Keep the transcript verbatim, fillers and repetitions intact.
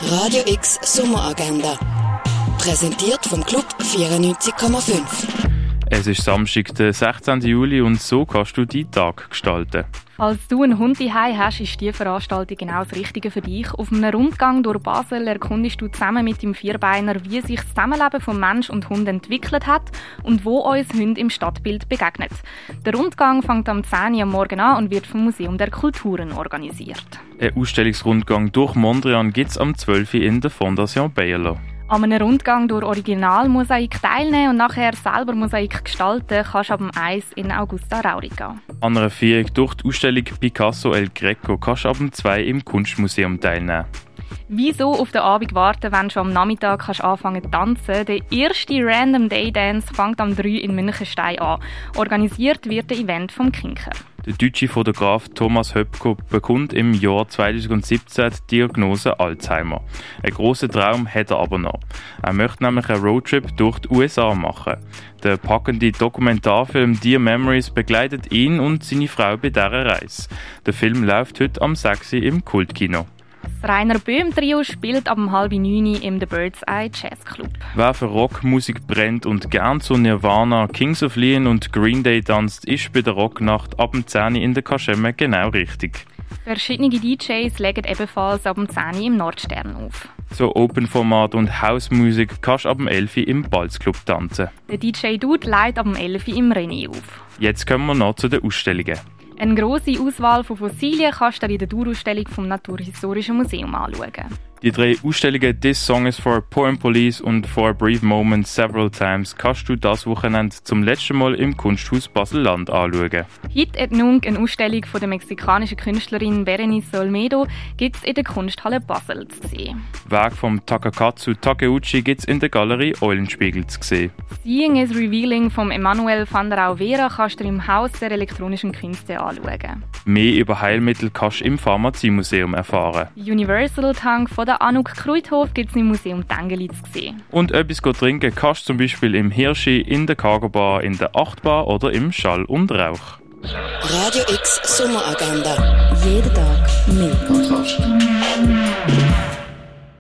Radio X Sommeragenda. Präsentiert vom Club vierundneunzig Komma fünf. Es ist Samstag, der sechzehnten Juli, und so kannst du deinen Tag gestalten. Falls du einen Hund daheim hast, ist diese Veranstaltung genau das Richtige für dich. Auf einem Rundgang durch Basel erkundest du zusammen mit dem Vierbeiner, wie sich das Zusammenleben von Mensch und Hund entwickelt hat und wo uns Hunde im Stadtbild begegnet. Der Rundgang fängt am zehn Uhr am Morgen an und wird vom Museum der Kulturen organisiert. Ein Ausstellungsrundgang durch Mondrian gibt es am zwölf Uhr in der Fondation Bayerlo. An einem Rundgang durch Originalmosaik teilnehmen und nachher selber Mosaik gestalten kannst du ab dem eins in Augusta Rauri gehen. An einer Führung durch die Ausstellung Picasso El Greco kannst du ab dem zwei im Kunstmuseum teilnehmen. Wieso auf den Abend warten, wenn du schon am Nachmittag kannst anfangen zu tanzen? Der erste Random Day Dance fängt am drei in Münchenstein an. Organisiert wird das Event vom Kinker. Der deutsche Fotograf Thomas Höpko bekommt im Jahr zweitausendsiebzehn die Diagnose Alzheimer. Einen grossen Traum hat er aber noch. Er möchte nämlich einen Roadtrip durch die U S A machen. Der packende Dokumentarfilm Dear Memories begleitet ihn und seine Frau bei dieser Reise. Der Film läuft heute am sechs Uhr im Kultkino. Das Rainer Böhm Trio spielt ab um halb neun im The Bird's Eye Jazz Club. Wer für Rockmusik brennt und gern zu Nirvana, Kings of Leon und Green Day tanzt, ist bei der Rocknacht ab um zehn Uhr in der Kaschemme genau richtig. Verschiedene D Js legen ebenfalls ab um zehn Uhr im Nordstern auf. So Open-Format und Housemusik kannst du ab um elf Uhr im Balzclub tanzen. Der D J Dude leitet ab um elf Uhr im René auf. Jetzt kommen wir noch zu den Ausstellungen. Eine grosse Auswahl von Fossilien kannst du in der Dauerausstellung vom Naturhistorischen Museum anschauen. Die drei Ausstellungen «This Song is for Poem Police» und «For a Brief Moment Several Times» kannst du das Wochenende zum letzten Mal im Kunsthaus Basel-Land anschauen. Heute at Nunc, eine Ausstellung von der mexikanischen Künstlerin Berenice Olmedo, gibt es in der Kunsthalle Basel zu sehen. Werk vom Takakatsu Takeuchi gibt es in der Galerie Eulenspiegel zu sehen. «Seeing is Revealing» vom Emanuel van der Auvera kannst du im Haus der elektronischen Künste anschauen. Mehr über Heilmittel kannst du im Pharmaziemuseum erfahren. Universal Tank von der Anouk Kruithof gibt es im Museum Tengeli zu sehen. Und etwas trinken kannst du zum Beispiel im Hirschi, in der Cargo Bar, in der Achtbar oder im Schall und Rauch. Radio X Sommeragenda. Jeden Tag mehr.